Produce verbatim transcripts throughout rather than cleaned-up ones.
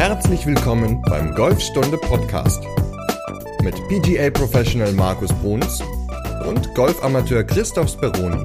Herzlich willkommen beim Golfstunde Podcast mit P G A-Professional Markus Bruns und Golfamateur Christoph Speroni.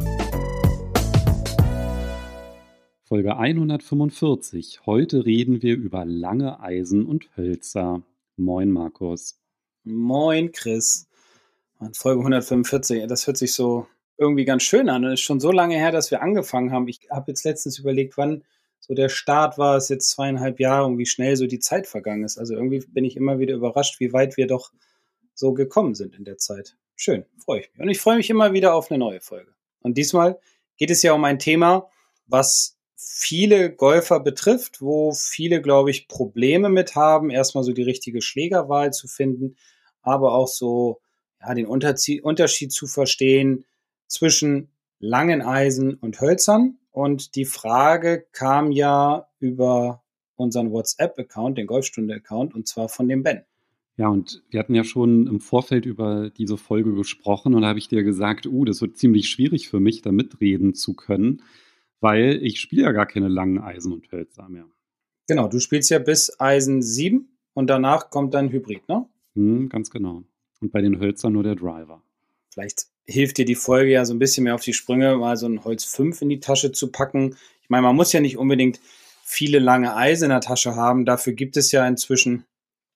Folge hundertfünfundvierzig. Heute reden wir über lange Eisen und Hölzer. Moin Markus. Moin Chris. Folge hundertfünfundvierzig, das hört sich so irgendwie ganz schön an. Es ist schon so lange her, dass wir angefangen haben. Ich habe jetzt letztens überlegt, wann so der Start war, es jetzt zweieinhalb Jahre und wie schnell so die Zeit vergangen ist. Also irgendwie bin ich immer wieder überrascht, wie weit wir doch so gekommen sind in der Zeit. Schön, freue ich mich. Und ich freue mich immer wieder auf eine neue Folge. Und diesmal geht es ja um ein Thema, was viele Golfer betrifft, wo viele, glaube ich, Probleme mit haben, erstmal so die richtige Schlägerwahl zu finden, aber auch so ja, den Unterzie- Unterschied zu verstehen zwischen langen Eisen und Hölzern. Und die Frage kam ja über unseren WhatsApp-Account, den Golfstunde-Account, und zwar von dem Ben. Ja, und wir hatten ja schon im Vorfeld über diese Folge gesprochen und da habe ich dir gesagt, uh, das wird ziemlich schwierig für mich, da mitreden zu können, weil ich spiele ja gar keine langen Eisen und Hölzer mehr. Genau, du spielst ja bis Eisen sieben und danach kommt dann Hybrid, ne? Hm, ganz genau. Und bei den Hölzern nur der Driver. Vielleicht hilft dir die Folge ja so ein bisschen mehr auf die Sprünge, mal so ein Holz fünf in die Tasche zu packen. Ich meine, man muss ja nicht unbedingt viele lange Eisen in der Tasche haben. Dafür gibt es ja inzwischen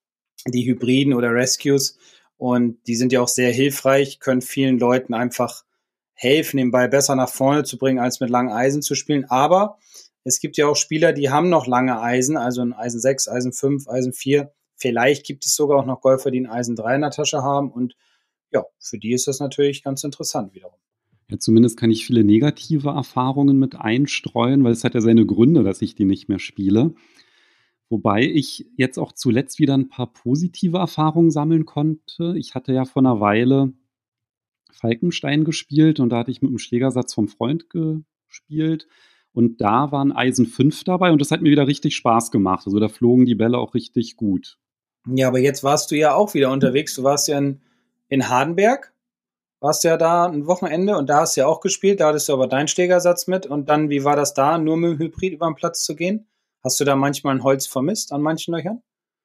die Hybriden oder Rescues und die sind ja auch sehr hilfreich, können vielen Leuten einfach helfen, den Ball besser nach vorne zu bringen, als mit langen Eisen zu spielen. Aber es gibt ja auch Spieler, die haben noch lange Eisen, also ein Eisen sechs, Eisen fünf, Eisen vier. Vielleicht gibt es sogar auch noch Golfer, die ein Eisen drei in der Tasche haben und ja, für die ist das natürlich ganz interessant wiederum. Ja, zumindest kann ich viele negative Erfahrungen mit einstreuen, weil es hat ja seine Gründe, dass ich die nicht mehr spiele. Wobei ich jetzt auch zuletzt wieder ein paar positive Erfahrungen sammeln konnte. Ich hatte ja vor einer Weile Falkenstein gespielt und da hatte ich mit einem Schlägersatz vom Freund gespielt und da war ein Eisen fünf dabei und das hat mir wieder richtig Spaß gemacht. Also da flogen die Bälle auch richtig gut. Ja, aber jetzt warst du ja auch wieder unterwegs. Du warst ja in In Hardenberg warst du ja da ein Wochenende und da hast du ja auch gespielt, da hattest du aber deinen Schlägersatz mit und dann, wie war das da, nur mit dem Hybrid über den Platz zu gehen? Hast du da manchmal ein Holz vermisst an manchen Löchern?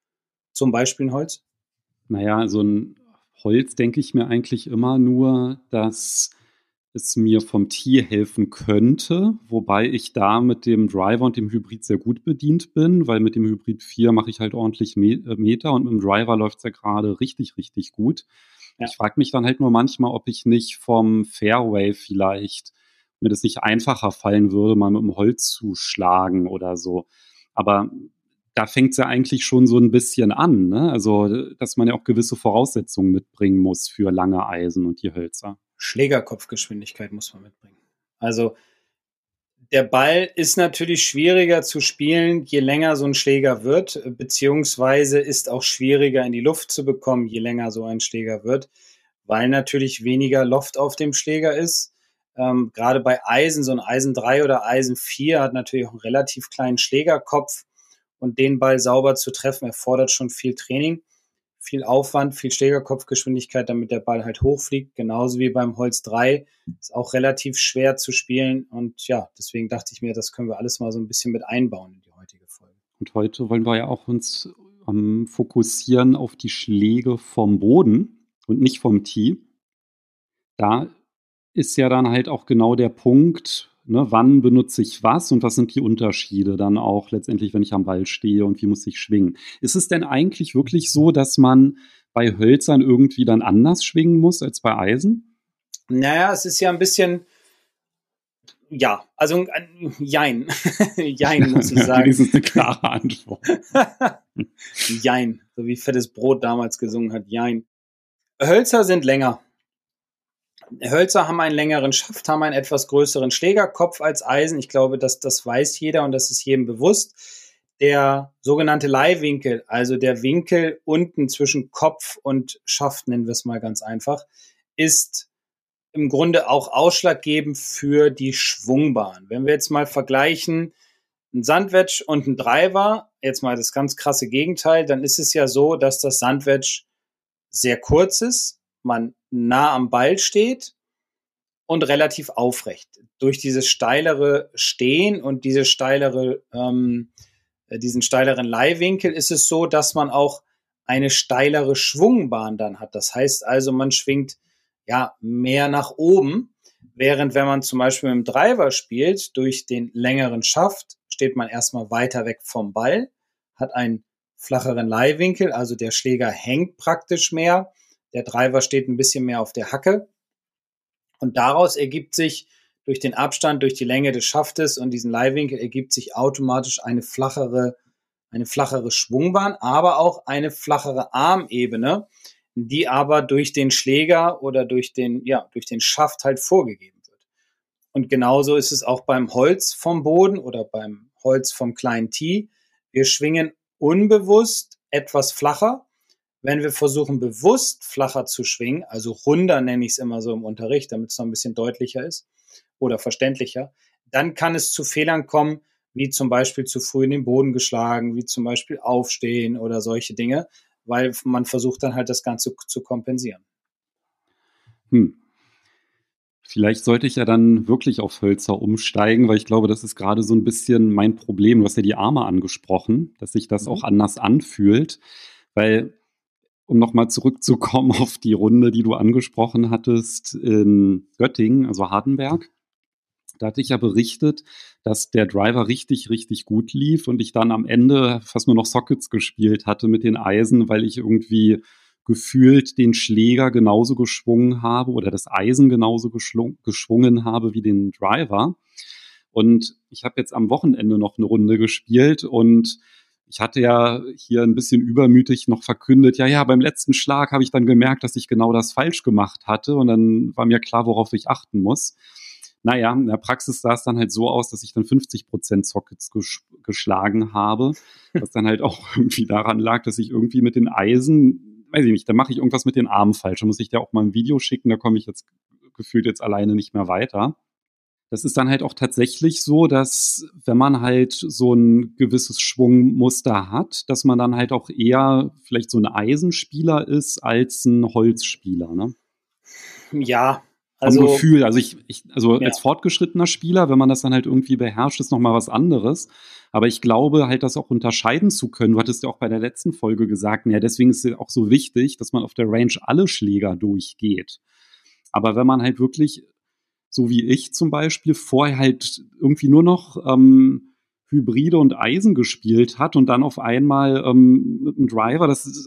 Zum Beispiel ein Holz? Naja, so ein Holz denke ich mir eigentlich immer nur, dass es mir vom Tee helfen könnte, wobei ich da mit dem Driver und dem Hybrid sehr gut bedient bin, weil mit dem Hybrid vier mache ich halt ordentlich Meter und mit dem Driver läuft es ja gerade richtig, richtig gut. Ja. Ich frage mich dann halt nur manchmal, ob ich nicht vom Fairway vielleicht mir das nicht einfacher fallen würde, mal mit dem Holz zu schlagen oder so. Aber da fängt es ja eigentlich schon so ein bisschen an, ne? Also, dass man ja auch gewisse Voraussetzungen mitbringen muss für lange Eisen und die Hölzer. Schlägerkopfgeschwindigkeit muss man mitbringen. Also der Ball ist natürlich schwieriger zu spielen, je länger so ein Schläger wird, beziehungsweise ist auch schwieriger in die Luft zu bekommen, je länger so ein Schläger wird, weil natürlich weniger Loft auf dem Schläger ist. Ähm, gerade bei Eisen, so ein Eisen drei oder Eisen vier hat natürlich auch einen relativ kleinen Schlägerkopf und den Ball sauber zu treffen, erfordert schon viel Training, viel Aufwand, viel Schlägerkopfgeschwindigkeit, damit der Ball halt hochfliegt. Genauso wie beim Holz drei. Ist auch relativ schwer zu spielen. Und ja, deswegen dachte ich mir, das können wir alles mal so ein bisschen mit einbauen in die heutige Folge. Und heute wollen wir ja auch uns ähm, fokussieren auf die Schläge vom Boden und nicht vom Tee. Da ist ja dann halt auch genau der Punkt, ne, wann benutze ich was und was sind die Unterschiede dann auch letztendlich, wenn ich am Ball stehe und wie muss ich schwingen. Ist es denn eigentlich wirklich so, dass man bei Hölzern irgendwie dann anders schwingen muss als bei Eisen? Naja, es ist ja ein bisschen, ja, also ein Jein. Jein, muss ich sagen. Das ist eine klare Antwort. Jein, so wie Fettes Brot damals gesungen hat, Jein. Hölzer sind länger. Hölzer haben einen längeren Schaft, haben einen etwas größeren Schlägerkopf als Eisen. Ich glaube, dass das weiß jeder und das ist jedem bewusst. Der sogenannte Leihwinkel, also der Winkel unten zwischen Kopf und Schaft, nennen wir es mal ganz einfach, ist im Grunde auch ausschlaggebend für die Schwungbahn. Wenn wir jetzt mal vergleichen, ein Sandwedge und ein Driver, jetzt mal das ganz krasse Gegenteil, dann ist es ja so, dass das Sandwedge sehr kurz ist, man nah am Ball steht und relativ aufrecht. Durch dieses steilere Stehen und diese steilere ähm, äh, diesen steileren Leihwinkel, ist es so, dass man auch eine steilere Schwungbahn dann hat. Das heißt also, man schwingt ja mehr nach oben, während wenn man zum Beispiel mit dem Driver spielt, durch den längeren Schaft steht man erstmal weiter weg vom Ball, hat einen flacheren Leihwinkel, also der Schläger hängt praktisch mehr, der Driver steht ein bisschen mehr auf der Hacke und daraus ergibt sich durch den Abstand, durch die Länge des Schaftes und diesen Leihwinkel ergibt sich automatisch eine flachere, eine flachere Schwungbahn, aber auch eine flachere Armebene, die aber durch den Schläger oder durch den, ja, durch den Schaft halt vorgegeben wird. Und genauso ist es auch beim Holz vom Boden oder beim Holz vom kleinen Tee. Wir schwingen unbewusst etwas flacher. Wenn wir versuchen, bewusst flacher zu schwingen, also runder nenne ich es immer so im Unterricht, damit es noch ein bisschen deutlicher ist oder verständlicher, dann kann es zu Fehlern kommen, wie zum Beispiel zu früh in den Boden geschlagen, wie zum Beispiel aufstehen oder solche Dinge, weil man versucht dann halt das Ganze zu kompensieren. Hm. Vielleicht sollte ich ja dann wirklich auf Hölzer umsteigen, weil ich glaube, das ist gerade so ein bisschen mein Problem. Du hast ja die Arme angesprochen, dass sich das Mhm. auch anders anfühlt, weil, um nochmal zurückzukommen auf die Runde, die du angesprochen hattest in Göttingen, also Hardenberg, da hatte ich ja berichtet, dass der Driver richtig, richtig gut lief und ich dann am Ende fast nur noch Sockets gespielt hatte mit den Eisen, weil ich irgendwie gefühlt den Schläger genauso geschwungen habe oder das Eisen genauso geschlung, geschwungen habe wie den Driver. Und ich habe jetzt am Wochenende noch eine Runde gespielt und ich hatte ja hier ein bisschen übermütig noch verkündet, ja, ja, beim letzten Schlag habe ich dann gemerkt, dass ich genau das falsch gemacht hatte und dann war mir klar, worauf ich achten muss. Naja, in der Praxis sah es dann halt so aus, dass ich dann fünfzig Prozent Sockets ges- geschlagen habe, was dann halt auch irgendwie daran lag, dass ich irgendwie mit den Eisen, weiß ich nicht, da mache ich irgendwas mit den Armen falsch. Da muss ich dir auch mal ein Video schicken, da komme ich jetzt gefühlt jetzt alleine nicht mehr weiter. Das ist dann halt auch tatsächlich so, dass wenn man halt so ein gewisses Schwungmuster hat, dass man dann halt auch eher vielleicht so ein Eisenspieler ist als ein Holzspieler, ne? Ja, Vom also Gefühl, also ich, ich also ja. als fortgeschrittener Spieler, wenn man das dann halt irgendwie beherrscht, ist nochmal was anderes. Aber ich glaube halt, das auch unterscheiden zu können. Du hattest ja auch bei der letzten Folge gesagt, ja, deswegen ist es auch so wichtig, dass man auf der Range alle Schläger durchgeht. Aber wenn man halt wirklich, so wie ich zum Beispiel, vorher halt irgendwie nur noch ähm, Hybride und Eisen gespielt hat und dann auf einmal ähm, mit dem Driver, das ist,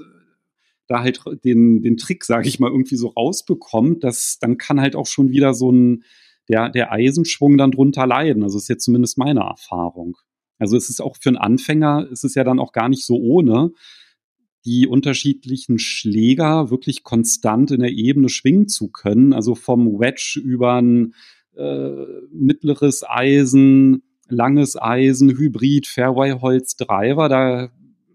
da halt den, den Trick, sage ich mal, irgendwie so rausbekommt, dass dann kann halt auch schon wieder so ein, der, der Eisenschwung dann drunter leiden. Also ist jetzt zumindest meine Erfahrung. Also es ist auch für einen Anfänger, ist es ja dann auch gar nicht so ohne, die unterschiedlichen Schläger wirklich konstant in der Ebene schwingen zu können. Also vom Wedge über ein äh, mittleres Eisen, langes Eisen, Hybrid, Fairway-Holz, Driver, da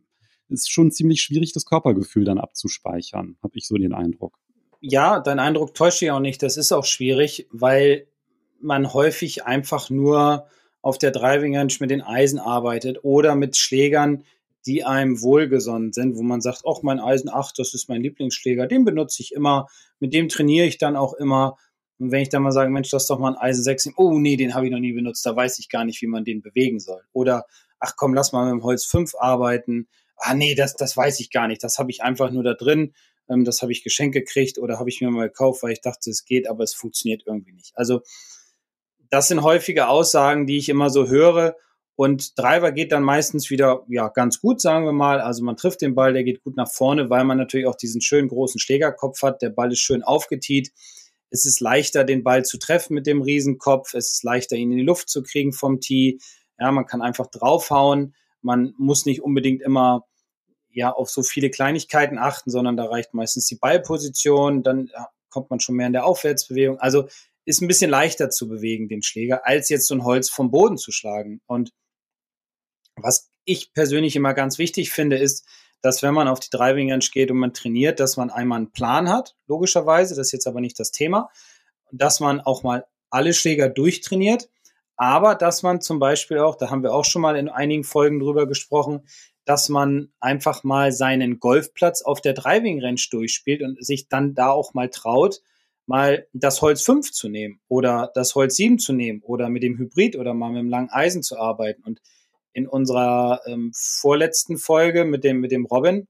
ist schon ziemlich schwierig, das Körpergefühl dann abzuspeichern, habe ich so den Eindruck. Ja, dein Eindruck täuscht dich auch nicht. Das ist auch schwierig, weil man häufig einfach nur auf der Driving Range mit den Eisen arbeitet oder mit Schlägern, die einem wohlgesonnen sind, wo man sagt, ach, mein Eisen acht, das ist mein Lieblingsschläger, den benutze ich immer, mit dem trainiere ich dann auch immer. Und wenn ich dann mal sage, Mensch, lass doch mal ein Eisen sechs nehmen, oh nee, den habe ich noch nie benutzt, da weiß ich gar nicht, wie man den bewegen soll. Oder, ach komm, lass mal mit dem Holz fünf arbeiten, ah nee, das, das weiß ich gar nicht, das habe ich einfach nur da drin, ähm, das habe ich geschenkt gekriegt oder habe ich mir mal gekauft, weil ich dachte, es geht, aber es funktioniert irgendwie nicht. Also das sind häufige Aussagen, die ich immer so höre und Driver geht dann meistens wieder ja ganz gut, sagen wir mal, also man trifft den Ball, der geht gut nach vorne, weil man natürlich auch diesen schönen großen Schlägerkopf hat, der Ball ist schön aufgetiet, es ist leichter, den Ball zu treffen mit dem Riesenkopf, es ist leichter, ihn in die Luft zu kriegen vom Tee, ja, man kann einfach draufhauen, man muss nicht unbedingt immer ja auf so viele Kleinigkeiten achten, sondern da reicht meistens die Ballposition, dann ja, kommt man schon mehr in der Aufwärtsbewegung. Also ist ein bisschen leichter zu bewegen, den Schläger, als jetzt so ein Holz vom Boden zu schlagen. Und was ich persönlich immer ganz wichtig finde, ist, dass wenn man auf die Driving Range geht und man trainiert, dass man einmal einen Plan hat, logischerweise, das ist jetzt aber nicht das Thema, dass man auch mal alle Schläger durchtrainiert, aber dass man zum Beispiel auch, da haben wir auch schon mal in einigen Folgen drüber gesprochen, dass man einfach mal seinen Golfplatz auf der Driving Range durchspielt und sich dann da auch mal traut, mal das Holz fünf zu nehmen oder das Holz sieben zu nehmen oder mit dem Hybrid oder mal mit dem langen Eisen zu arbeiten. Und in unserer ähm, vorletzten Folge mit dem, mit dem Robin.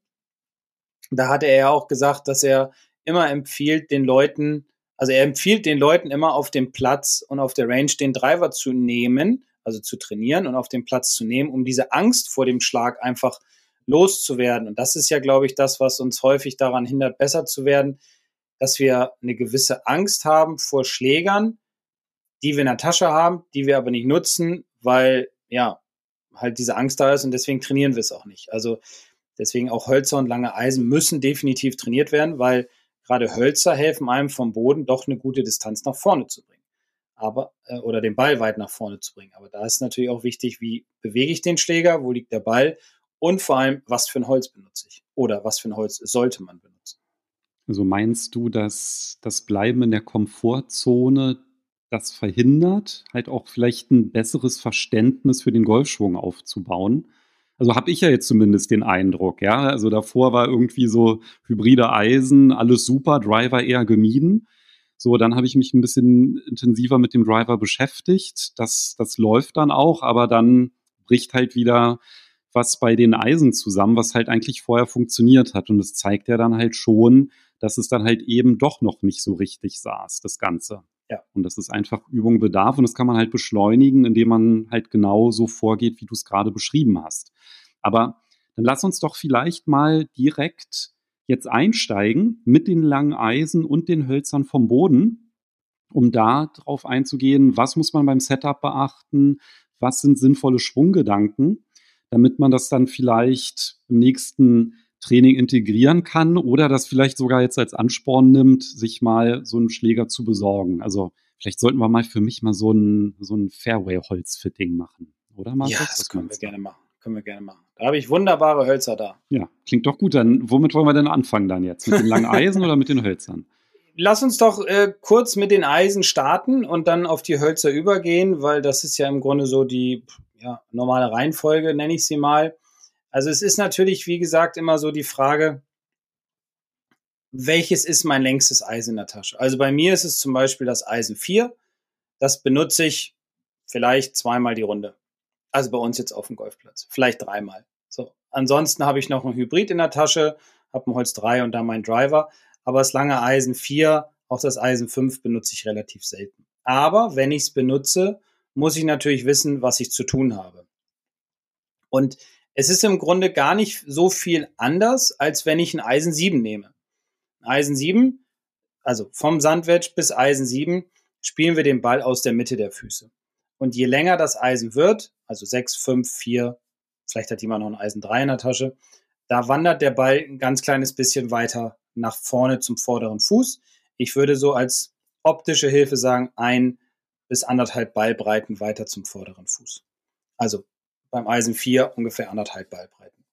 Da hatte er ja auch gesagt, dass er immer empfiehlt, den Leuten, also er empfiehlt den Leuten immer auf dem Platz und auf der Range den Driver zu nehmen, also zu trainieren und auf dem Platz zu nehmen, um diese Angst vor dem Schlag einfach loszuwerden. Und das ist ja, glaube ich, das, was uns häufig daran hindert, besser zu werden, dass wir eine gewisse Angst haben vor Schlägern, die wir in der Tasche haben, die wir aber nicht nutzen, weil, ja, halt diese Angst da ist und deswegen trainieren wir es auch nicht. Also deswegen auch Hölzer und lange Eisen müssen definitiv trainiert werden, weil gerade Hölzer helfen einem vom Boden doch eine gute Distanz nach vorne zu bringen. Aber, äh, oder den Ball weit nach vorne zu bringen. Aber da ist natürlich auch wichtig, wie bewege ich den Schläger, wo liegt der Ball und vor allem, was für ein Holz benutze ich oder was für ein Holz sollte man benutzen. Also meinst du, dass das Bleiben in der Komfortzone das verhindert, halt auch vielleicht ein besseres Verständnis für den Golfschwung aufzubauen? Also habe ich ja jetzt zumindest den Eindruck, ja. Also davor war irgendwie so hybride Eisen, alles super, Driver eher gemieden. So, dann habe ich mich ein bisschen intensiver mit dem Driver beschäftigt. Das, das läuft dann auch, aber dann bricht halt wieder was bei den Eisen zusammen, was halt eigentlich vorher funktioniert hat. Und das zeigt ja dann halt schon, dass es dann halt eben doch noch nicht so richtig saß, das Ganze. Ja. Und dass es einfach Übung bedarf und das kann man halt beschleunigen, indem man halt genau so vorgeht, wie du es gerade beschrieben hast. Aber dann lass uns doch vielleicht mal direkt jetzt einsteigen mit den langen Eisen und den Hölzern vom Boden, um da drauf einzugehen, was muss man beim Setup beachten, was sind sinnvolle Schwunggedanken, damit man das dann vielleicht im nächsten Training integrieren kann oder das vielleicht sogar jetzt als Ansporn nimmt, sich mal so einen Schläger zu besorgen. Also vielleicht sollten wir mal für mich mal so ein, so ein Fairway-Holzfitting machen, oder Markus? Ja, das können wir gerne machen. Können wir gerne machen. Da habe ich wunderbare Hölzer da. Ja, klingt doch gut. Dann womit wollen wir denn anfangen dann jetzt? Mit den langen Eisen oder mit den Hölzern? Lass uns doch äh, kurz mit den Eisen starten und dann auf die Hölzer übergehen, weil das ist ja im Grunde so die ja, normale Reihenfolge, nenne ich sie mal. Also es ist natürlich, wie gesagt, immer so die Frage, welches ist mein längstes Eisen in der Tasche? Also bei mir ist es zum Beispiel das Eisen vier. Das benutze ich vielleicht zweimal die Runde. Also bei uns jetzt auf dem Golfplatz. Vielleicht dreimal. So. Ansonsten habe ich noch ein Hybrid in der Tasche, habe ein Holz drei und da mein Driver. Aber das lange Eisen vier, auch das Eisen fünf benutze ich relativ selten. Aber wenn ich es benutze, muss ich natürlich wissen, was ich zu tun habe. Und es ist im Grunde gar nicht so viel anders, als wenn ich ein Eisen sieben nehme. Ein Eisen sieben, also vom Sandwedge bis Eisen sieben, spielen wir den Ball aus der Mitte der Füße. Und je länger das Eisen wird, also sechs, fünf, vier, vielleicht hat jemand noch ein Eisen drei in der Tasche, da wandert der Ball ein ganz kleines bisschen weiter nach vorne zum vorderen Fuß. Ich würde so als optische Hilfe sagen, ein bis anderthalb Ballbreiten weiter zum vorderen Fuß. Also beim Eisen vier ungefähr anderthalb Ballbreiten.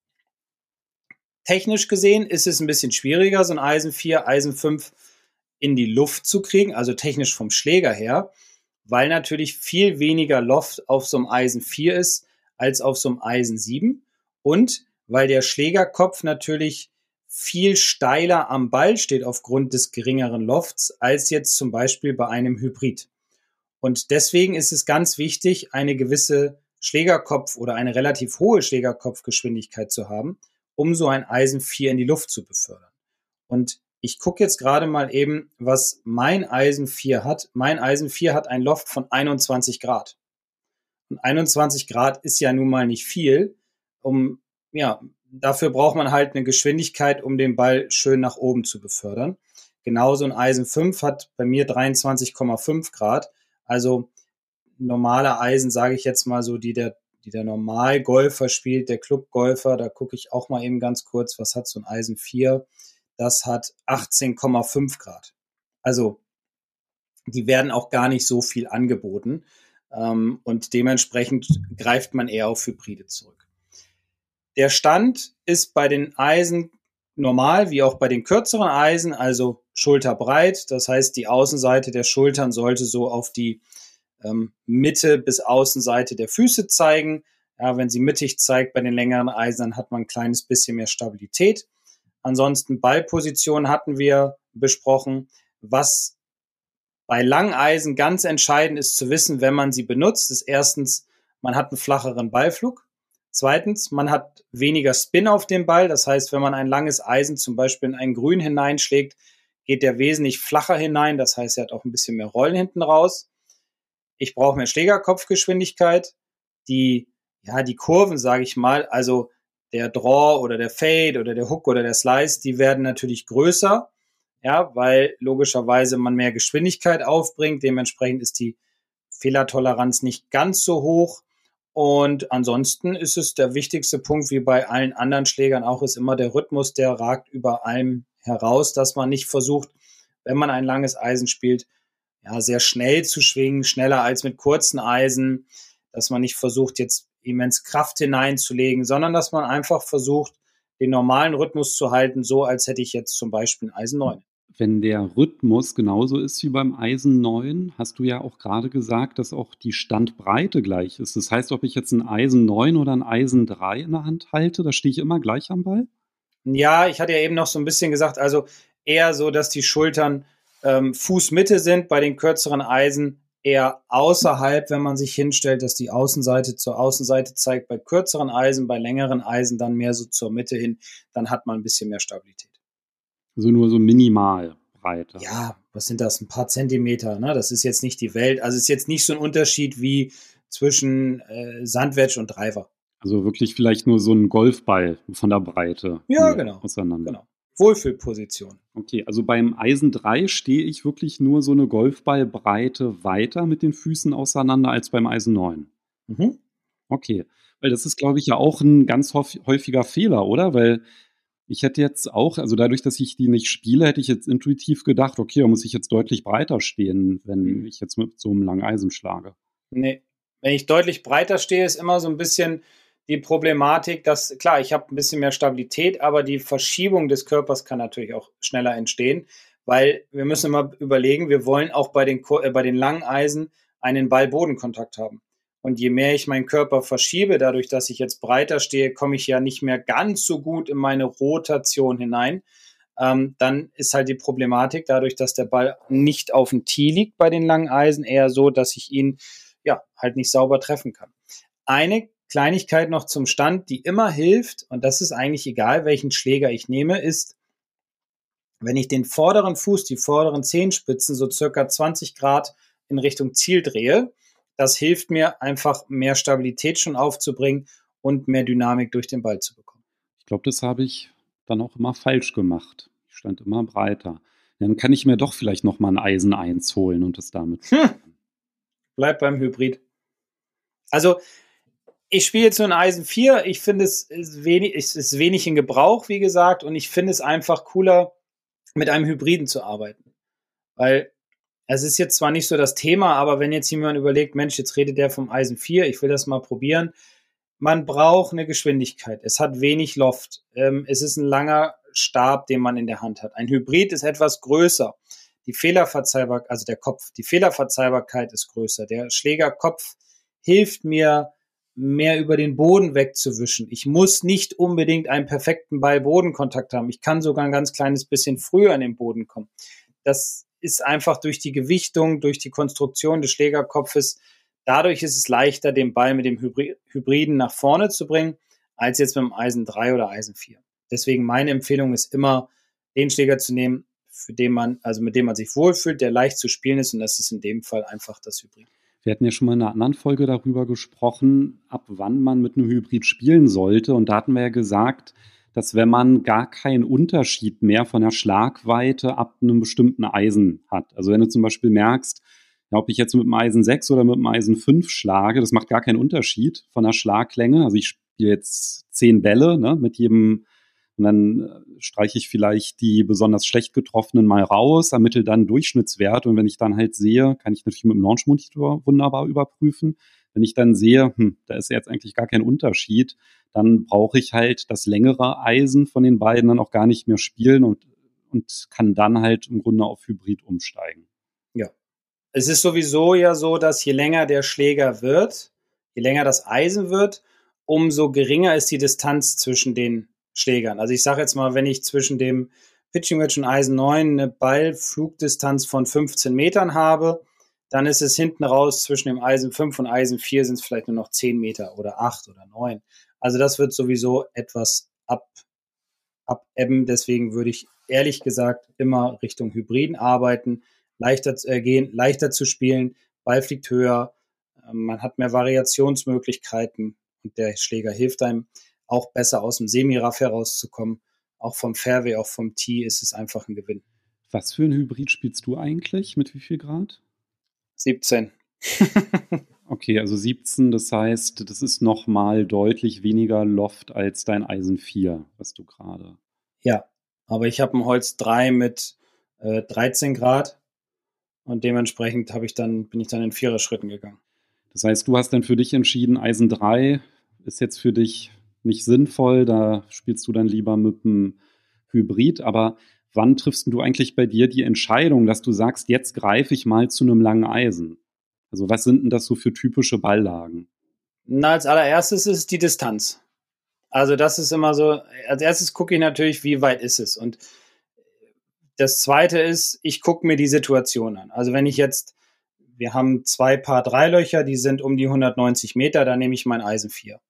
Technisch gesehen ist es ein bisschen schwieriger, so ein Eisen vier, Eisen fünf in die Luft zu kriegen, also technisch vom Schläger her, weil natürlich viel weniger Loft auf so einem Eisen vier ist als auf so einem Eisen sieben und weil der Schlägerkopf natürlich viel steiler am Ball steht aufgrund des geringeren Lofts als jetzt zum Beispiel bei einem Hybrid. Und deswegen ist es ganz wichtig, eine gewisse Schlägerkopf oder eine relativ hohe Schlägerkopfgeschwindigkeit zu haben, um so ein Eisen vier in die Luft zu befördern. Und ich gucke jetzt gerade mal eben, was mein Eisen vier hat. Mein Eisen vier hat ein Loft von einundzwanzig Grad. Und einundzwanzig Grad ist ja nun mal nicht viel. Um, ja, dafür braucht man halt eine Geschwindigkeit, um den Ball schön nach oben zu befördern. Genauso ein Eisen fünf hat bei mir dreiundzwanzig Komma fünf Grad. Also normale Eisen, sage ich jetzt mal so, die der, die der Normalgolfer spielt, der Clubgolfer, da gucke ich auch mal eben ganz kurz, was hat so ein Eisen vier? Das hat achtzehn Komma fünf Grad. Also die werden auch gar nicht so viel angeboten ähm, und dementsprechend greift man eher auf Hybride zurück. Der Stand ist bei den Eisen normal, wie auch bei den kürzeren Eisen, also schulterbreit. Das heißt, die Außenseite der Schultern sollte so auf die ähm, Mitte bis Außenseite der Füße zeigen. Ja, wenn sie mittig zeigt bei den längeren Eisen, dann hat man ein kleines bisschen mehr Stabilität. Ansonsten Ballposition hatten wir besprochen. Was bei Langeisen ganz entscheidend ist zu wissen, wenn man sie benutzt, ist erstens, man hat einen flacheren Ballflug. Zweitens, man hat weniger Spin auf dem Ball. Das heißt, wenn man ein langes Eisen zum Beispiel in ein Grün hineinschlägt, geht der wesentlich flacher hinein. Das heißt, er hat auch ein bisschen mehr Rollen hinten raus. Ich brauche mehr Schlägerkopfgeschwindigkeit. Die, ja, die Kurven, sage ich mal, also der Draw oder der Fade oder der Hook oder der Slice, die werden natürlich größer, ja, weil logischerweise man mehr Geschwindigkeit aufbringt. Dementsprechend ist die Fehlertoleranz nicht ganz so hoch. Und ansonsten ist es der wichtigste Punkt, wie bei allen anderen Schlägern auch, ist immer der Rhythmus, der ragt über allem heraus, dass man nicht versucht, wenn man ein langes Eisen spielt, ja, sehr schnell zu schwingen, schneller als mit kurzen Eisen, dass man nicht versucht, jetzt immens Kraft hineinzulegen, sondern dass man einfach versucht, den normalen Rhythmus zu halten, so als hätte ich jetzt zum Beispiel ein Eisen neun. Wenn der Rhythmus genauso ist wie beim Eisen neun, hast du ja auch gerade gesagt, dass auch die Standbreite gleich ist. Das heißt, ob ich jetzt ein Eisen neun oder ein Eisen drei in der Hand halte, da stehe ich immer gleich am Ball? Ja, ich hatte ja eben noch so ein bisschen gesagt, also eher so, dass die Schultern ähm, Fußmitte sind, bei den kürzeren Eisen eher außerhalb, wenn man sich hinstellt, dass die Außenseite zur Außenseite zeigt. Bei kürzeren Eisen, bei längeren Eisen dann mehr so zur Mitte hin, dann hat man ein bisschen mehr Stabilität. Also nur so minimal breiter. Ja, was sind das? Ein paar Zentimeter, ne? Das ist jetzt nicht die Welt. Also es ist jetzt nicht so ein Unterschied wie zwischen äh, Sandwedge und Driver. Also wirklich vielleicht nur so ein Golfball von der Breite. Ja, genau. Auseinander. Genau. Wohlfühlposition. Okay, also beim Eisen drei stehe ich wirklich nur so eine Golfballbreite weiter mit den Füßen auseinander als beim Eisen neun. Mhm. Okay, weil das ist, glaube ich, ja auch ein ganz häufiger Fehler, oder? Weil ich hätte jetzt auch, also dadurch, dass ich die nicht spiele, hätte ich jetzt intuitiv gedacht, okay, da muss ich jetzt deutlich breiter stehen, wenn Mhm. ich jetzt mit so einem langen Eisen schlage. Nee, wenn ich deutlich breiter stehe, ist immer so ein bisschen die Problematik, dass, klar, ich habe ein bisschen mehr Stabilität, aber die Verschiebung des Körpers kann natürlich auch schneller entstehen, weil wir müssen immer überlegen, wir wollen auch bei den, äh, bei den langen Eisen einen Ball-Boden-Kontakt haben. Und je mehr ich meinen Körper verschiebe, dadurch, dass ich jetzt breiter stehe, komme ich ja nicht mehr ganz so gut in meine Rotation hinein. Ähm, dann ist halt die Problematik, dadurch, dass der Ball nicht auf dem Tee liegt bei den langen Eisen, eher so, dass ich ihn ja halt nicht sauber treffen kann. Eine Kleinigkeit noch zum Stand, die immer hilft, und das ist eigentlich egal, welchen Schläger ich nehme, ist, wenn ich den vorderen Fuß, die vorderen Zehenspitzen so circa zwanzig Grad in Richtung Ziel drehe, das hilft mir einfach mehr Stabilität schon aufzubringen und mehr Dynamik durch den Ball zu bekommen. Ich glaube, das habe ich dann auch immer falsch gemacht. Ich stand immer breiter. Dann kann ich mir doch vielleicht noch mal ein Eisen eins holen und das damit. Hm. Bleib beim Hybrid. Also ich spiele jetzt nur ein Eisen vier. Ich finde, es ist wenig, es ist wenig in Gebrauch, wie gesagt, und ich finde es einfach cooler, mit einem Hybriden zu arbeiten. Weil es ist jetzt zwar nicht so das Thema, aber wenn jetzt jemand überlegt, Mensch, jetzt redet der vom Eisen vier, ich will das mal probieren. Man braucht eine Geschwindigkeit. Es hat wenig Loft. Ähm, es ist ein langer Stab, den man in der Hand hat. Ein Hybrid ist etwas größer. Die Fehlerverzeihbarkeit, also der Kopf, die Fehlerverzeihbarkeit ist größer. Der Schlägerkopf hilft mir, mehr über den Boden wegzuwischen. Ich muss nicht unbedingt einen perfekten Ball-Bodenkontakt haben. Ich kann sogar ein ganz kleines bisschen früher an den Boden kommen. Das ist einfach durch die Gewichtung, durch die Konstruktion des Schlägerkopfes. Dadurch ist es leichter, den Ball mit dem Hybriden nach vorne zu bringen, als jetzt mit dem Eisen drei oder Eisen vier. Deswegen meine Empfehlung ist immer, den Schläger zu nehmen, für den man, also mit dem man sich wohlfühlt, der leicht zu spielen ist, und das ist in dem Fall einfach das Hybrid. Wir hatten ja schon mal in einer anderen Folge darüber gesprochen, ab wann man mit einem Hybrid spielen sollte. Und da hatten wir ja gesagt, dass wenn man gar keinen Unterschied mehr von der Schlagweite ab einem bestimmten Eisen hat. Also wenn du zum Beispiel merkst, ja, ob ich jetzt mit dem Eisen sechs oder mit dem Eisen fünf schlage, das macht gar keinen Unterschied von der Schlaglänge. Also ich spiele jetzt zehn Bälle, ne, mit jedem, und dann streiche ich vielleicht die besonders schlecht getroffenen mal raus, ermittle dann Durchschnittswert, und wenn ich dann halt sehe, kann ich natürlich mit dem Launch-Monitor wunderbar überprüfen. Wenn ich dann sehe, hm, da ist jetzt eigentlich gar kein Unterschied, dann brauche ich halt das längere Eisen von den beiden dann auch gar nicht mehr spielen und, und kann dann halt im Grunde auf Hybrid umsteigen. Ja. Es ist sowieso ja so, dass je länger der Schläger wird, je länger das Eisen wird, umso geringer ist die Distanz zwischen den Schlägern. Also ich sage jetzt mal, wenn ich zwischen dem Pitching Wedge und Eisen neun eine Ballflugdistanz von fünfzehn Metern habe, dann ist es hinten raus zwischen dem Eisen fünf und Eisen vier sind es vielleicht nur noch zehn Meter oder acht oder neun. Also das wird sowieso etwas ab, abebben. Deswegen würde ich ehrlich gesagt immer Richtung Hybriden arbeiten, leichter äh, gehen, leichter zu spielen, Ball fliegt höher, äh, man hat mehr Variationsmöglichkeiten und der Schläger hilft einem auch besser aus dem Semiraff herauszukommen. Auch vom Fairway, auch vom Tee ist es einfach ein Gewinn. Was für ein Hybrid spielst du eigentlich? Mit wie viel Grad? siebzehn. Okay, also siebzehn, das heißt, das ist nochmal deutlich weniger Loft als dein Eisen vier, was du gerade... Ja, aber ich habe ein Holz drei mit äh, dreizehn Grad und dementsprechend habe ich dann, bin ich dann in Vierer-Schritten gegangen. Das heißt, du hast dann für dich entschieden, Eisen drei ist jetzt für dich nicht sinnvoll, da spielst du dann lieber mit einem Hybrid, aber wann triffst du eigentlich bei dir die Entscheidung, dass du sagst, jetzt greife ich mal zu einem langen Eisen? Also was sind denn das so für typische Balllagen? Na, als allererstes ist es die Distanz. Also das ist immer so, als erstes gucke ich natürlich, wie weit ist es. Und das Zweite ist, ich gucke mir die Situation an. Also wenn ich jetzt, wir haben zwei Paar Dreilöcher, die sind um die hundertneunzig Meter, dann nehme ich mein Eisen vier.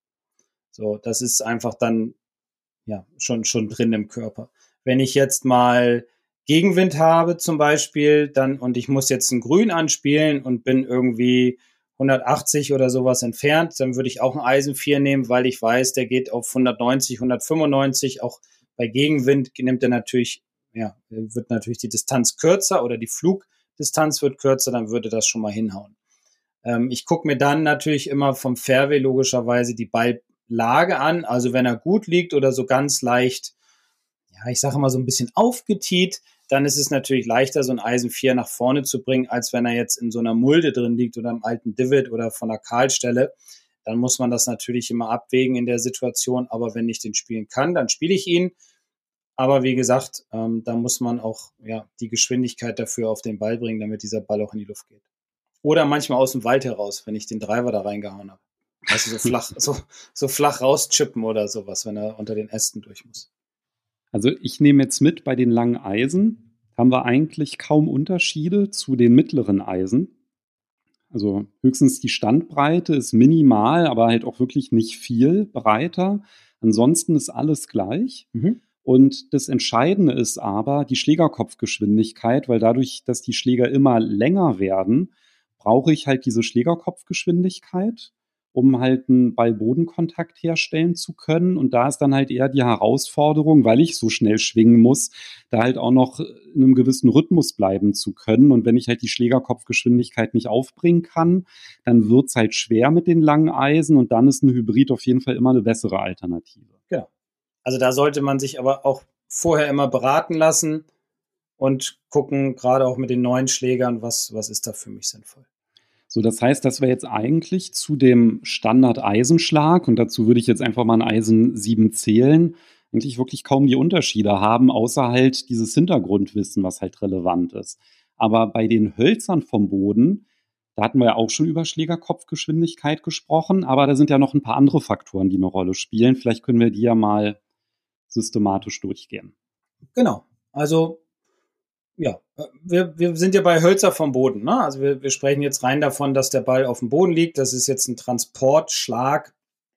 So, das ist einfach dann ja schon, schon drin im Körper. Wenn ich jetzt mal Gegenwind habe zum Beispiel, dann und ich muss jetzt ein Grün anspielen und bin irgendwie hundertachtzig oder sowas entfernt, dann würde ich auch ein Eisen vier nehmen, weil ich weiß, der geht auf hundertneunzig, hundertfünfundneunzig. Auch bei Gegenwind nimmt er natürlich, ja, wird natürlich die Distanz kürzer oder die Flugdistanz wird kürzer, dann würde das schon mal hinhauen. Ähm, ich gucke mir dann natürlich immer vom Fairway logischerweise die Balllage an. Also wenn er gut liegt oder so ganz leicht, ja, ich sage mal so ein bisschen aufgetiet, dann ist es natürlich leichter, so ein Eisen vier nach vorne zu bringen, als wenn er jetzt in so einer Mulde drin liegt oder im alten Divot oder von der Kahlstelle. Dann muss man das natürlich immer abwägen in der Situation. Aber wenn ich den spielen kann, dann spiele ich ihn. Aber wie gesagt, ähm, da muss man auch ja, die Geschwindigkeit dafür auf den Ball bringen, damit dieser Ball auch in die Luft geht. Oder manchmal aus dem Wald heraus, wenn ich den Driver da reingehauen habe. Also so flach, so, so flach rauschippen oder sowas, wenn er unter den Ästen durch muss. Also ich nehme jetzt mit, bei den langen Eisen haben wir eigentlich kaum Unterschiede zu den mittleren Eisen. Also höchstens die Standbreite ist minimal, aber halt auch wirklich nicht viel breiter. Ansonsten ist alles gleich. Mhm. Und das Entscheidende ist aber die Schlägerkopfgeschwindigkeit, weil dadurch, dass die Schläger immer länger werden, brauche ich halt diese Schlägerkopfgeschwindigkeit, um halt einen Ball-Boden-Kontakt herstellen zu können. Und da ist dann halt eher die Herausforderung, weil ich so schnell schwingen muss, da halt auch noch in einem gewissen Rhythmus bleiben zu können. Und wenn ich halt die Schlägerkopfgeschwindigkeit nicht aufbringen kann, dann wird's halt schwer mit den langen Eisen und dann ist ein Hybrid auf jeden Fall immer eine bessere Alternative. Genau. Also da sollte man sich aber auch vorher immer beraten lassen und gucken, gerade auch mit den neuen Schlägern, was, was ist da für mich sinnvoll. So, das heißt, dass wir jetzt eigentlich zu dem Standard-Eisenschlag, und dazu würde ich jetzt einfach mal ein Eisen sieben zählen, eigentlich wirklich kaum die Unterschiede haben, außer halt dieses Hintergrundwissen, was halt relevant ist. Aber bei den Hölzern vom Boden, da hatten wir ja auch schon über Schlägerkopfgeschwindigkeit gesprochen, aber da sind ja noch ein paar andere Faktoren, die eine Rolle spielen. Vielleicht können wir die ja mal systematisch durchgehen. Genau. Also ja, wir, wir sind ja bei Hölzer vom Boden. Ne? Also wir, wir sprechen jetzt rein davon, dass der Ball auf dem Boden liegt. Das ist jetzt ein Transportschlag,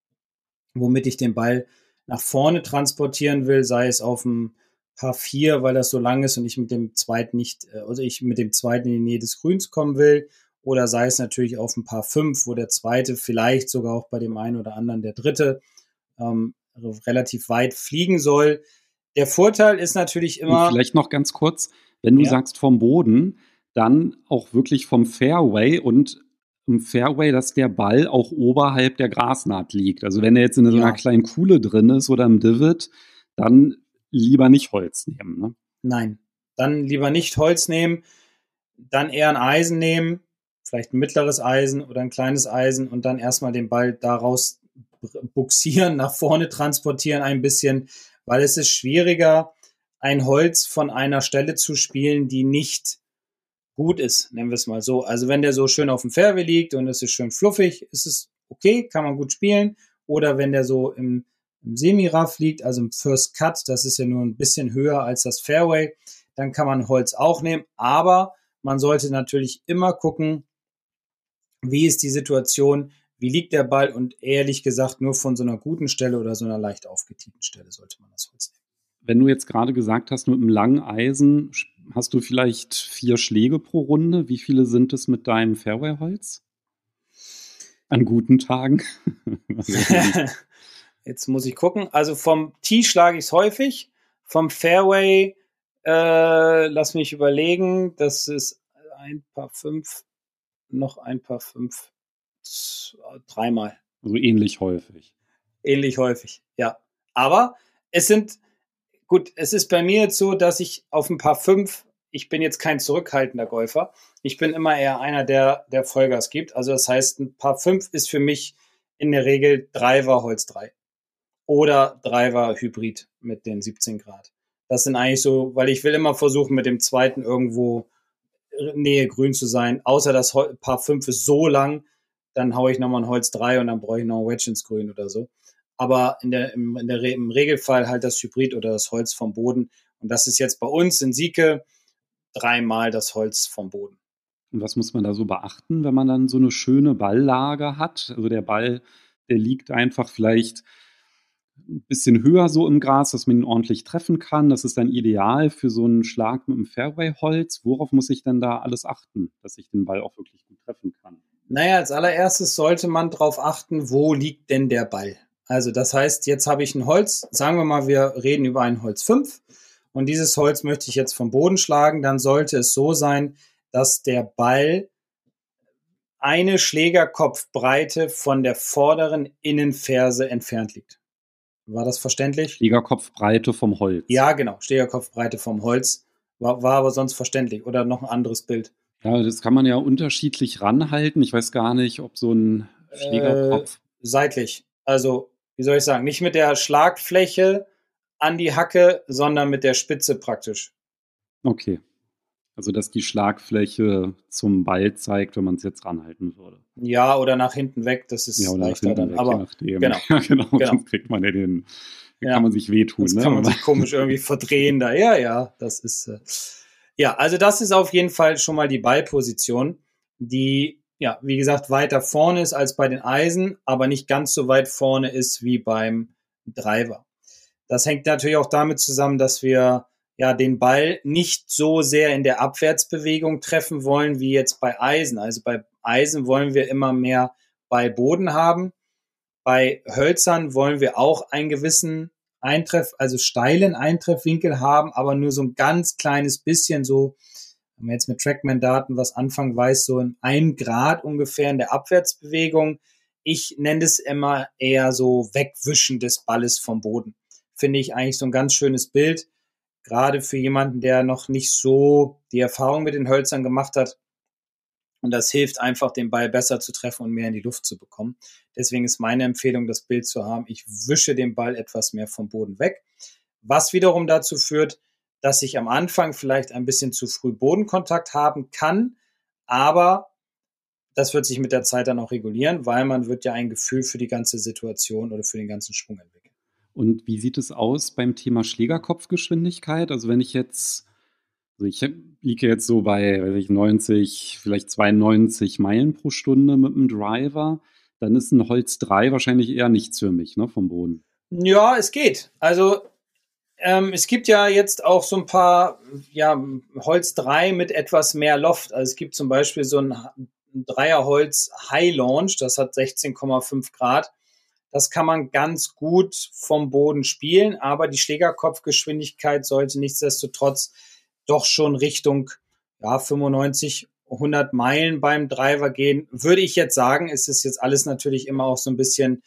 womit ich den Ball nach vorne transportieren will, sei es auf dem Par vier, weil das so lang ist und ich mit dem zweiten nicht, also ich mit dem zweiten in die Nähe des Grüns kommen will, oder sei es natürlich auf dem Par fünf, wo der zweite vielleicht sogar auch bei dem einen oder anderen der dritte ähm, relativ weit fliegen soll. Der Vorteil ist natürlich immer... Und vielleicht noch ganz kurz, wenn du ja. sagst vom Boden, dann auch wirklich vom Fairway und im Fairway, dass der Ball auch oberhalb der Grasnaht liegt. Also wenn er jetzt in so einer Ja. kleinen Kuhle drin ist oder im Divot, dann lieber nicht Holz nehmen. Ne? Nein, dann lieber nicht Holz nehmen, dann eher ein Eisen nehmen, vielleicht ein mittleres Eisen oder ein kleines Eisen und dann erstmal den Ball daraus buxieren, nach vorne transportieren ein bisschen, weil es ist schwieriger, ein Holz von einer Stelle zu spielen, die nicht gut ist, nennen wir es mal so. Also wenn der so schön auf dem Fairway liegt und es ist schön fluffig, ist es okay, kann man gut spielen. Oder wenn der so im, im Semi-Rough liegt, also im First Cut, das ist ja nur ein bisschen höher als das Fairway, dann kann man Holz auch nehmen. Aber man sollte natürlich immer gucken, wie ist die Situation, wie liegt der Ball und ehrlich gesagt nur von so einer guten Stelle oder so einer leicht aufgetieften Stelle sollte man das Holz nehmen. Wenn du jetzt gerade gesagt hast, mit einem langen Eisen hast du vielleicht vier Schläge pro Runde. Wie viele sind es mit deinem Fairway-Holz? An guten Tagen? Jetzt muss ich gucken. Also vom Tee schlage ich es häufig. Vom Fairway, äh, lass mich überlegen, das ist ein paar fünf, noch ein paar fünf, dreimal. Also ähnlich häufig. Ähnlich häufig, ja. Aber es sind, gut, es ist bei mir jetzt so, dass ich auf ein paar fünf, ich bin jetzt kein zurückhaltender Golfer, ich bin immer eher einer, der, der Vollgas gibt. Also das heißt, ein paar fünf ist für mich in der Regel Driver Holz drei oder Driver Hybrid mit den siebzehn Grad. Das sind eigentlich so, weil ich will immer versuchen, mit dem zweiten irgendwo Nähe grün zu sein. Außer das Paar fünf ist so lang, dann haue ich nochmal ein Holz drei und dann brauche ich noch ein Wedge ins Grün oder so. Aber in der, im, in der, im Regelfall halt das Hybrid oder das Holz vom Boden. Und das ist jetzt bei uns in Sieke dreimal das Holz vom Boden. Und was muss man da so beachten, wenn man dann so eine schöne Balllage hat? Also der Ball, der liegt einfach vielleicht ein bisschen höher so im Gras, dass man ihn ordentlich treffen kann. Das ist dann ideal für so einen Schlag mit dem Fairway-Holz. Worauf muss ich denn da alles achten, dass ich den Ball auch wirklich gut treffen kann? Naja, als allererstes sollte man darauf achten, wo liegt denn der Ball? Also das heißt, jetzt habe ich ein Holz, sagen wir mal, wir reden über ein Holz fünf und dieses Holz möchte ich jetzt vom Boden schlagen, dann sollte es so sein, dass der Ball eine Schlägerkopfbreite von der vorderen Innenferse entfernt liegt. War das verständlich? Schlägerkopfbreite vom Holz. Ja, genau. Schlägerkopfbreite vom Holz. War, war aber sonst verständlich. Oder noch ein anderes Bild. Ja, das kann man ja unterschiedlich ranhalten. Ich weiß gar nicht, ob so ein Schlägerkopf... Äh, seitlich. Also, wie soll ich sagen, nicht mit der Schlagfläche an die Hacke, sondern mit der Spitze praktisch. Okay. Also, dass die Schlagfläche zum Ball zeigt, wenn man es jetzt ranhalten würde. Ja, oder nach hinten weg, das ist ja, oder leichter dann. Weg, aber je nachdem. Genau, ja, genau. genau. Sonst kriegt man ja den, dann ja. kann man sich wehtun. Das ne? kann man sich komisch irgendwie verdrehen da. Ja, ja, das ist, äh, ja, also das ist auf jeden Fall schon mal die Ballposition, die, ja, wie gesagt, weiter vorne ist als bei den Eisen, aber nicht ganz so weit vorne ist wie beim Driver. Das hängt natürlich auch damit zusammen, dass wir ja den Ball nicht so sehr in der Abwärtsbewegung treffen wollen wie jetzt bei Eisen. Also bei Eisen wollen wir immer mehr Ballboden haben. Bei Hölzern wollen wir auch einen gewissen Eintreff, also steilen Eintreffwinkel haben, aber nur so ein ganz kleines bisschen so, wenn man jetzt mit Trackman-Daten was anfangen weiß, so in einem Grad ungefähr in der Abwärtsbewegung. Ich nenne es immer eher so Wegwischen des Balles vom Boden. Finde ich eigentlich so ein ganz schönes Bild. Gerade für jemanden, der noch nicht so die Erfahrung mit den Hölzern gemacht hat. Und das hilft einfach, den Ball besser zu treffen und mehr in die Luft zu bekommen. Deswegen ist meine Empfehlung, das Bild zu haben. Ich wische den Ball etwas mehr vom Boden weg. Was wiederum dazu führt, dass ich am Anfang vielleicht ein bisschen zu früh Bodenkontakt haben kann. Aber das wird sich mit der Zeit dann auch regulieren, weil man wird ja ein Gefühl für die ganze Situation oder für den ganzen Schwung entwickeln. Und wie sieht es aus beim Thema Schlägerkopfgeschwindigkeit? Also wenn ich jetzt, also ich liege jetzt so bei weiß ich, neunzig, vielleicht zweiundneunzig Meilen pro Stunde mit einem Driver, dann ist ein Holz drei wahrscheinlich eher nichts für mich, ne, vom Boden. Ja, es geht. Also ähm, es gibt ja jetzt auch so ein paar ja, Holz drei mit etwas mehr Loft. Also es gibt zum Beispiel so ein Dreierholz High Launch, das hat sechzehn Komma fünf Grad. Das kann man ganz gut vom Boden spielen, aber die Schlägerkopfgeschwindigkeit sollte nichtsdestotrotz doch schon Richtung ja, fünfundneunzig, hundert Meilen beim Driver gehen. Würde ich jetzt sagen, ist es jetzt alles natürlich immer auch so ein bisschen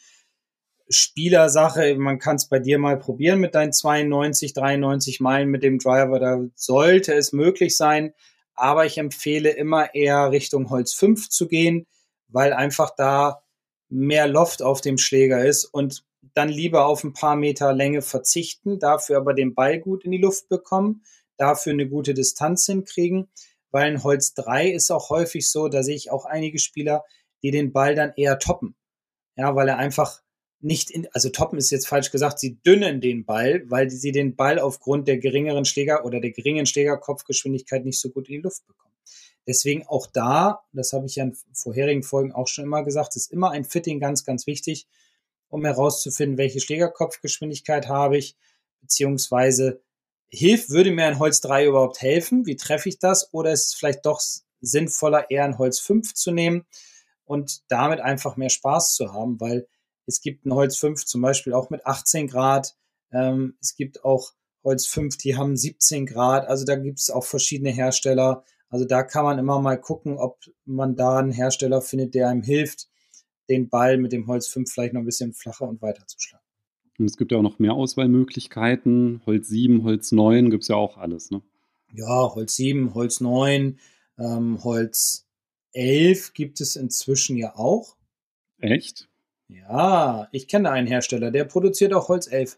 Spielersache. Man kann es bei dir mal probieren mit deinen zweiundneunzig, dreiundneunzig Meilen mit dem Driver. Da sollte es möglich sein, aber ich empfehle immer eher Richtung Holz fünf zu gehen, weil einfach da mehr Loft auf dem Schläger ist und dann lieber auf ein paar Meter Länge verzichten, dafür aber den Ball gut in die Luft bekommen, dafür eine gute Distanz hinkriegen, weil ein Holz drei ist auch häufig so, da sehe ich auch einige Spieler, die den Ball dann eher toppen. Ja, weil er einfach nicht in, also toppen ist jetzt falsch gesagt, sie dünnen den Ball, weil sie den Ball aufgrund der geringeren Schläger oder der geringen Schlägerkopfgeschwindigkeit nicht so gut in die Luft bekommen. Deswegen auch da, das habe ich ja in vorherigen Folgen auch schon immer gesagt, ist immer ein Fitting ganz, ganz wichtig, um herauszufinden, welche Schlägerkopfgeschwindigkeit habe ich, beziehungsweise hilft, würde mir ein Holz drei überhaupt helfen? Wie treffe ich das? Oder ist es vielleicht doch sinnvoller, eher ein Holz fünf zu nehmen und damit einfach mehr Spaß zu haben, weil es gibt ein Holz fünf zum Beispiel auch mit achtzehn Grad. Ähm, es gibt auch Holz fünf, die haben siebzehn Grad. Also da gibt es auch verschiedene Hersteller. Also da kann man immer mal gucken, ob man da einen Hersteller findet, der einem hilft, den Ball mit dem Holz fünf vielleicht noch ein bisschen flacher und weiter zu schlagen. Und es gibt ja auch noch mehr Auswahlmöglichkeiten. Holz sieben, Holz neun, gibt es ja auch alles, ne? Ja, Holz sieben, Holz neun, ähm, Holz elf gibt es inzwischen ja auch. Echt? Ja, ich kenne einen Hersteller, der produziert auch Holz elf.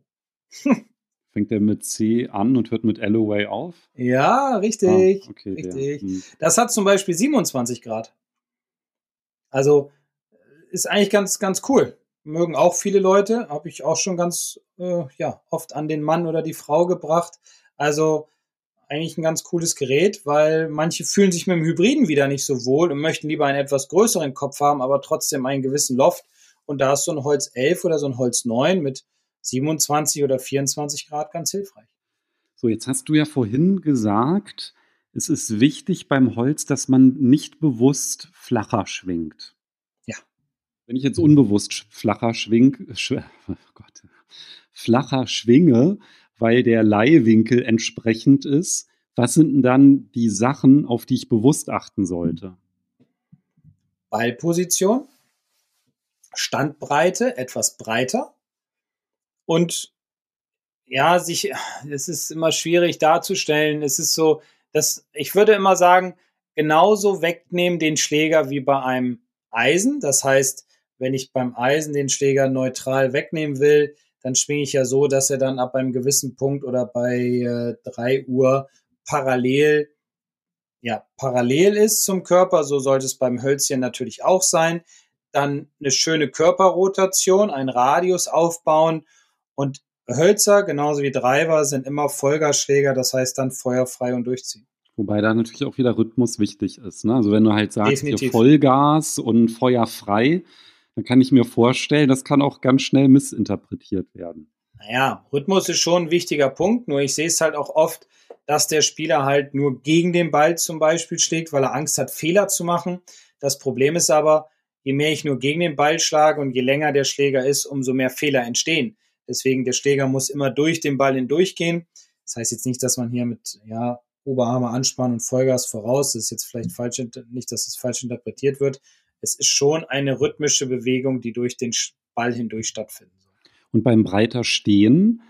Fängt der mit C an und hört mit Alloway auf? Ja, richtig. Ah, okay, richtig. der, hm. Das hat zum Beispiel siebenundzwanzig Grad. Also ist eigentlich ganz, ganz cool. Mögen auch viele Leute, habe ich auch schon ganz äh, ja, oft an den Mann oder die Frau gebracht. Also eigentlich ein ganz cooles Gerät, weil manche fühlen sich mit dem Hybriden wieder nicht so wohl und möchten lieber einen etwas größeren Kopf haben, aber trotzdem einen gewissen Loft. Und da ist so ein Holz elf oder so ein Holz neun mit siebenundzwanzig oder vierundzwanzig Grad ganz hilfreich. So, jetzt hast du ja vorhin gesagt, es ist wichtig beim Holz, dass man nicht bewusst flacher schwingt. Ja. Wenn ich jetzt unbewusst flacher schwing, sch, oh Gott, flacher schwinge, weil der Leihwinkel entsprechend ist, was sind denn dann die Sachen, auf die ich bewusst achten sollte? Ballposition, Standbreite, etwas breiter und ja, sich, es ist immer schwierig darzustellen. Es ist so, dass ich würde immer sagen, genauso wegnehmen den Schläger wie bei einem Eisen. Das heißt, wenn ich beim Eisen den Schläger neutral wegnehmen will, dann schwinge ich ja so, dass er dann ab einem gewissen Punkt oder bei äh, drei Uhr parallel, ja, parallel ist zum Körper. So sollte es beim Hölzchen natürlich auch sein. Dann eine schöne Körperrotation, einen Radius aufbauen und Hölzer, genauso wie Driver, sind immer Folgerschläger, das heißt dann feuerfrei und durchziehen. Wobei da natürlich auch wieder Rhythmus wichtig ist, ne? Also wenn du halt sagst, hier Definitiv. Vollgas und feuerfrei, dann kann ich mir vorstellen, das kann auch ganz schnell missinterpretiert werden. Naja, Rhythmus ist schon ein wichtiger Punkt, nur ich sehe es halt auch oft, dass der Spieler halt nur gegen den Ball zum Beispiel schlägt, weil er Angst hat, Fehler zu machen. Das Problem ist aber, je mehr ich nur gegen den Ball schlage und je länger der Schläger ist, umso mehr Fehler entstehen. Deswegen, der Schläger muss immer durch den Ball hindurchgehen. Das heißt jetzt nicht, dass man hier mit ja, Oberarme anspannen und Vollgas voraus, das ist jetzt vielleicht falsch, nicht, dass es falsch interpretiert wird. Es ist schon eine rhythmische Bewegung, die durch den Ball hindurch stattfinden soll. Und beim breiter Stehen,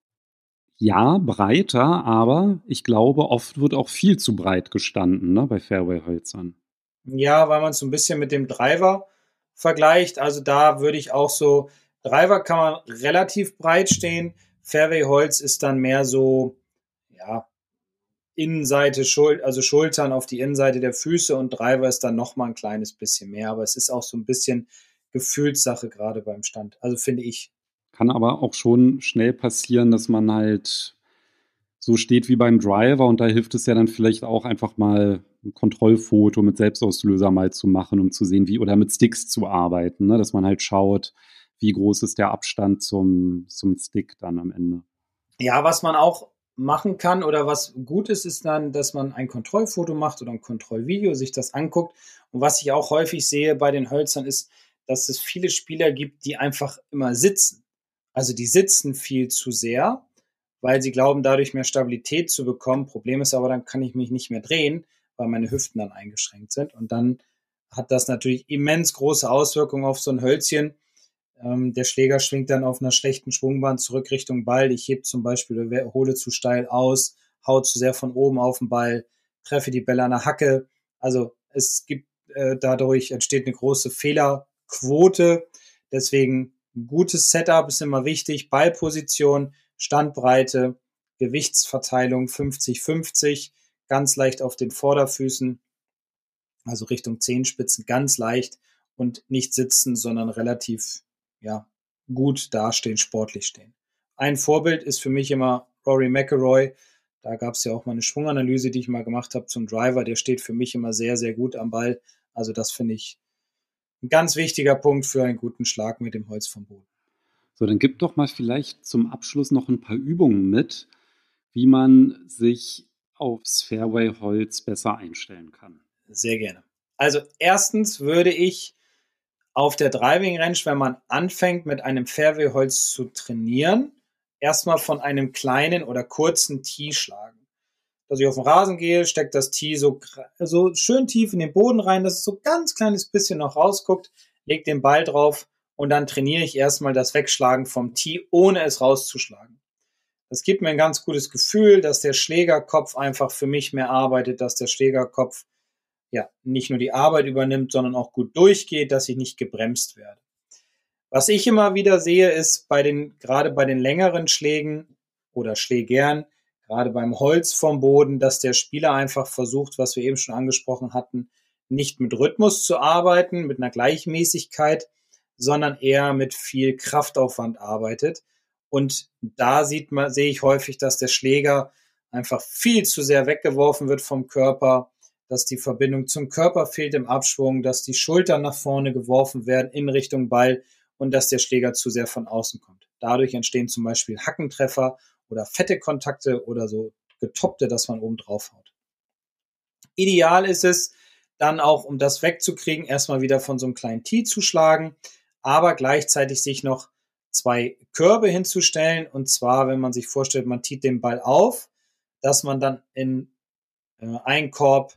ja, breiter, aber ich glaube, oft wird auch viel zu breit gestanden, ne, bei Fairway-Hölzern. Ja, weil man es so ein bisschen mit dem Driver vergleicht. Also da würde ich auch so, Driver kann man relativ breit stehen. Fairway-Holz ist dann mehr so, ja, Innenseite, Schul- also Schultern auf die Innenseite der Füße und Driver ist dann nochmal ein kleines bisschen mehr. Aber es ist auch so ein bisschen Gefühlssache gerade beim Stand. Also finde ich. Kann aber auch schon schnell passieren, dass man halt so steht wie beim Driver und da hilft es ja dann vielleicht auch einfach mal ein Kontrollfoto mit Selbstauslöser mal zu machen, um zu sehen, wie, oder mit Sticks zu arbeiten, ne? Dass man halt schaut, wie groß ist der Abstand zum, zum Stick dann am Ende. Ja, was man auch machen kann oder was gut ist, ist dann, dass man ein Kontrollfoto macht oder ein Kontrollvideo, sich das anguckt. Und was ich auch häufig sehe bei den Hölzern ist, dass es viele Spieler gibt, die einfach immer sitzen. Also die sitzen viel zu sehr, weil sie glauben, dadurch mehr Stabilität zu bekommen. Problem ist aber, dann kann ich mich nicht mehr drehen, weil meine Hüften dann eingeschränkt sind. Und dann hat das natürlich immens große Auswirkungen auf so ein Hölzchen. Ähm, der Schläger schwingt dann auf einer schlechten Schwungbahn zurück Richtung Ball. Ich heb zum Beispiel oder hole zu steil aus, hau zu sehr von oben auf den Ball, treffe die Bälle an der Hacke. Also es gibt äh, dadurch entsteht eine große Fehlerquote. Deswegen ein gutes Setup ist immer wichtig. Ballposition, Standbreite, Gewichtsverteilung fünfzig fünfzig, ganz leicht auf den Vorderfüßen, also Richtung Zehenspitzen, ganz leicht und nicht sitzen, sondern relativ ja, gut dastehen, sportlich stehen. Ein Vorbild ist für mich immer Rory McIlroy. Da gab es ja auch mal eine Schwunganalyse, die ich mal gemacht habe zum Driver. Der steht für mich immer sehr, sehr gut am Ball. Also das finde ich ein ganz wichtiger Punkt für einen guten Schlag mit dem Holz vom Boden. So, dann gib doch mal vielleicht zum Abschluss noch ein paar Übungen mit, wie man sich aufs Fairway-Holz besser einstellen kann. Sehr gerne. Also erstens würde ich auf der Driving Range, wenn man anfängt mit einem Fairway-Holz zu trainieren, erstmal von einem kleinen oder kurzen Tee schlagen. Dass ich auf den Rasen gehe, stecke das Tee so, so schön tief in den Boden rein, dass es so ganz kleines bisschen noch rausguckt, leg den Ball drauf und dann trainiere ich erstmal das Wegschlagen vom Tee, ohne es rauszuschlagen. Das gibt mir ein ganz gutes Gefühl, dass der Schlägerkopf einfach für mich mehr arbeitet, dass der Schlägerkopf ja nicht nur die Arbeit übernimmt, sondern auch gut durchgeht, dass ich nicht gebremst werde. Was ich immer wieder sehe, ist bei den, gerade bei den längeren Schlägen oder Schlägern, gerade beim Holz vom Boden, dass der Spieler einfach versucht, was wir eben schon angesprochen hatten, nicht mit Rhythmus zu arbeiten, mit einer Gleichmäßigkeit, sondern eher mit viel Kraftaufwand arbeitet. Und da sieht man, sehe ich häufig, dass der Schläger einfach viel zu sehr weggeworfen wird vom Körper, dass die Verbindung zum Körper fehlt im Abschwung, dass die Schultern nach vorne geworfen werden in Richtung Ball und dass der Schläger zu sehr von außen kommt. Dadurch entstehen zum Beispiel Hackentreffer oder fette Kontakte oder so getoppte, dass man oben drauf haut. Ideal ist es dann auch, um das wegzukriegen, erstmal wieder von so einem kleinen Tee zu schlagen, aber gleichzeitig sich noch zwei Körbe hinzustellen. Und zwar, wenn man sich vorstellt, man teet den Ball auf, dass man dann in äh, einen Korb,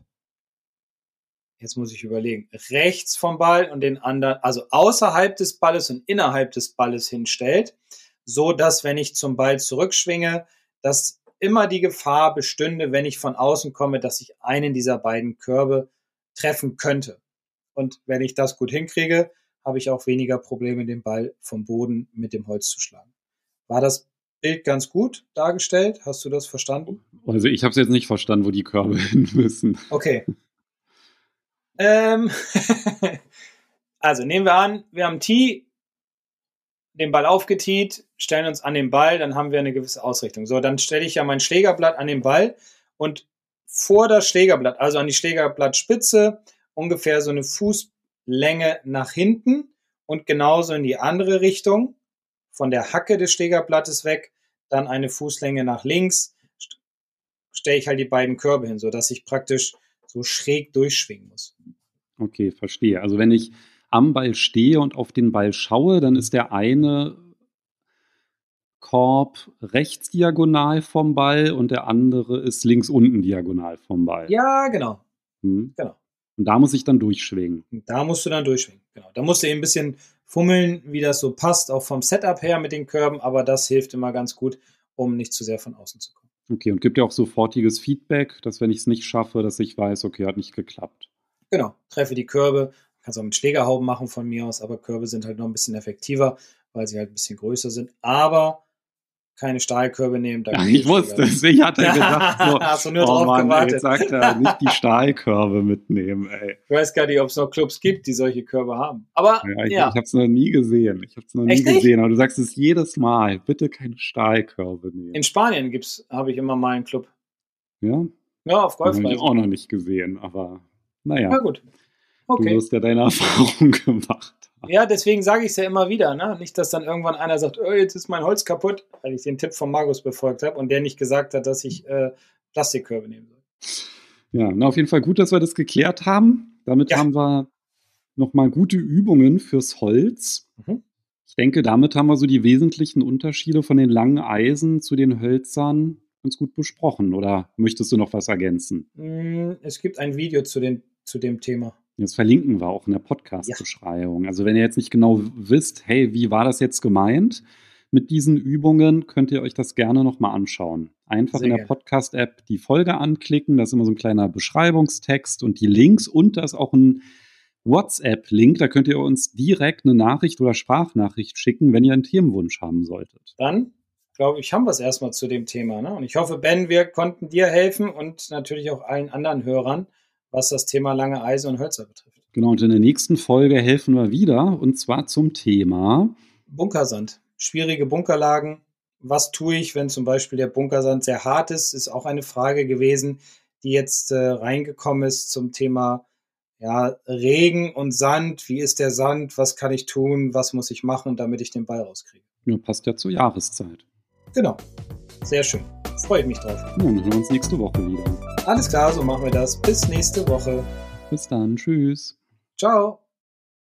jetzt muss ich überlegen, rechts vom Ball und den anderen, also außerhalb des Balles und innerhalb des Balles hinstellt, so dass, wenn ich zum Ball zurückschwinge, dass immer die Gefahr bestünde, wenn ich von außen komme, dass ich einen dieser beiden Körbe treffen könnte. Und wenn ich das gut hinkriege, habe ich auch weniger Probleme, den Ball vom Boden mit dem Holz zu schlagen. War das Bild ganz gut dargestellt? Hast du das verstanden? Also ich habe es jetzt nicht verstanden, wo die Körbe hin müssen. Okay. ähm, also nehmen wir an, wir haben Tee, den Ball aufgeteet, stellen uns an den Ball, dann haben wir eine gewisse Ausrichtung. So, dann stelle ich ja mein Schlägerblatt an den Ball und vor das Schlägerblatt, also an die Schlägerblattspitze, ungefähr so eine Fußlänge nach hinten und genauso in die andere Richtung, von der Hacke des Schlägerblattes weg, dann eine Fußlänge nach links, stelle ich halt die beiden Körbe hin, sodass ich praktisch so schräg durchschwingen muss. Okay, verstehe. Also wenn ich am Ball stehe und auf den Ball schaue, dann ist der eine Korb rechts diagonal vom Ball und der andere ist links unten diagonal vom Ball. Ja, genau. Hm. Genau. Und da muss ich dann durchschwingen. Da musst du dann durchschwingen. Genau. Da musst du eben ein bisschen fummeln, wie das so passt, auch vom Setup her mit den Körben, aber das hilft immer ganz gut, um nicht zu sehr von außen zu kommen. Okay, und gibt ja auch sofortiges Feedback, dass wenn ich es nicht schaffe, dass ich weiß, okay, hat nicht geklappt. Genau, treffe die Körbe. Kannst auch mit Schlägerhauben machen von mir aus, aber Körbe sind halt noch ein bisschen effektiver, weil sie halt ein bisschen größer sind. Aber keine Stahlkörbe nehmen. Ja, ich wusste es. Ich hatte gedacht, so, hast du nur oh drauf Mann, gewartet. ey, jetzt sagt er, nicht die Stahlkörbe mitnehmen, ey. Ich weiß gar nicht, ob es noch Clubs gibt, die solche Körbe haben. Aber Ja, ich, ja. ich habe es noch nie gesehen. Ich habe es noch nie Echt nicht? gesehen. Aber du sagst es jedes Mal. Bitte keine Stahlkörbe nehmen. In Spanien gibt's, habe ich immer mal einen Club. Ja? Ja, auf Habe ich Golfreisen. auch noch nicht gesehen. Aber naja, Na gut. du Okay. wirst ja deine Erfahrung gemacht haben. Ja, deswegen sage ich es ja immer wieder, ne? Nicht, dass dann irgendwann einer sagt, oh, jetzt ist mein Holz kaputt, weil ich den Tipp von Markus befolgt habe und der nicht gesagt hat, dass ich äh, Plastikkörbe nehmen soll. Ja, na, auf jeden Fall gut, dass wir das geklärt haben. Damit Ja. haben wir nochmal gute Übungen fürs Holz. Mhm. Ich denke, damit haben wir so die wesentlichen Unterschiede von den langen Eisen zu den Hölzern ganz gut besprochen. Oder möchtest du noch was ergänzen? Mm, Es gibt ein Video zu, den, zu dem Thema. Das verlinken wir auch in der Podcast-Beschreibung. Also wenn ihr jetzt nicht genau wisst, hey, wie war das jetzt gemeint mit diesen Übungen, könnt ihr euch das gerne nochmal anschauen. Einfach Sehr in der gerne. Podcast-App die Folge anklicken, da ist immer so ein kleiner Beschreibungstext und die Links und da ist auch ein WhatsApp-Link, da könnt ihr uns direkt eine Nachricht oder Sprachnachricht schicken, wenn ihr einen Themenwunsch haben solltet. Dann, glaube ich, haben wir es erstmal zu dem Thema. Ne? Und ich hoffe, Ben, wir konnten dir helfen und natürlich auch allen anderen Hörern, was das Thema lange Eisen und Hölzer betrifft. Genau, und in der nächsten Folge helfen wir wieder und zwar zum Thema Bunkersand. Schwierige Bunkerlagen. was tue ich, wenn zum Beispiel der Bunkersand sehr hart ist, ist auch eine Frage gewesen, die jetzt äh, reingekommen ist zum Thema ja, Regen und Sand. Wie ist der Sand? Was kann ich tun? Was muss ich machen, damit ich den Ball rauskriege? Ja, passt ja zur Jahreszeit. Genau. Sehr schön. Freue ich mich drauf. Nun, hören wir uns nächste Woche wieder. Alles klar, so machen wir das. Bis nächste Woche. Bis dann. Tschüss. Ciao.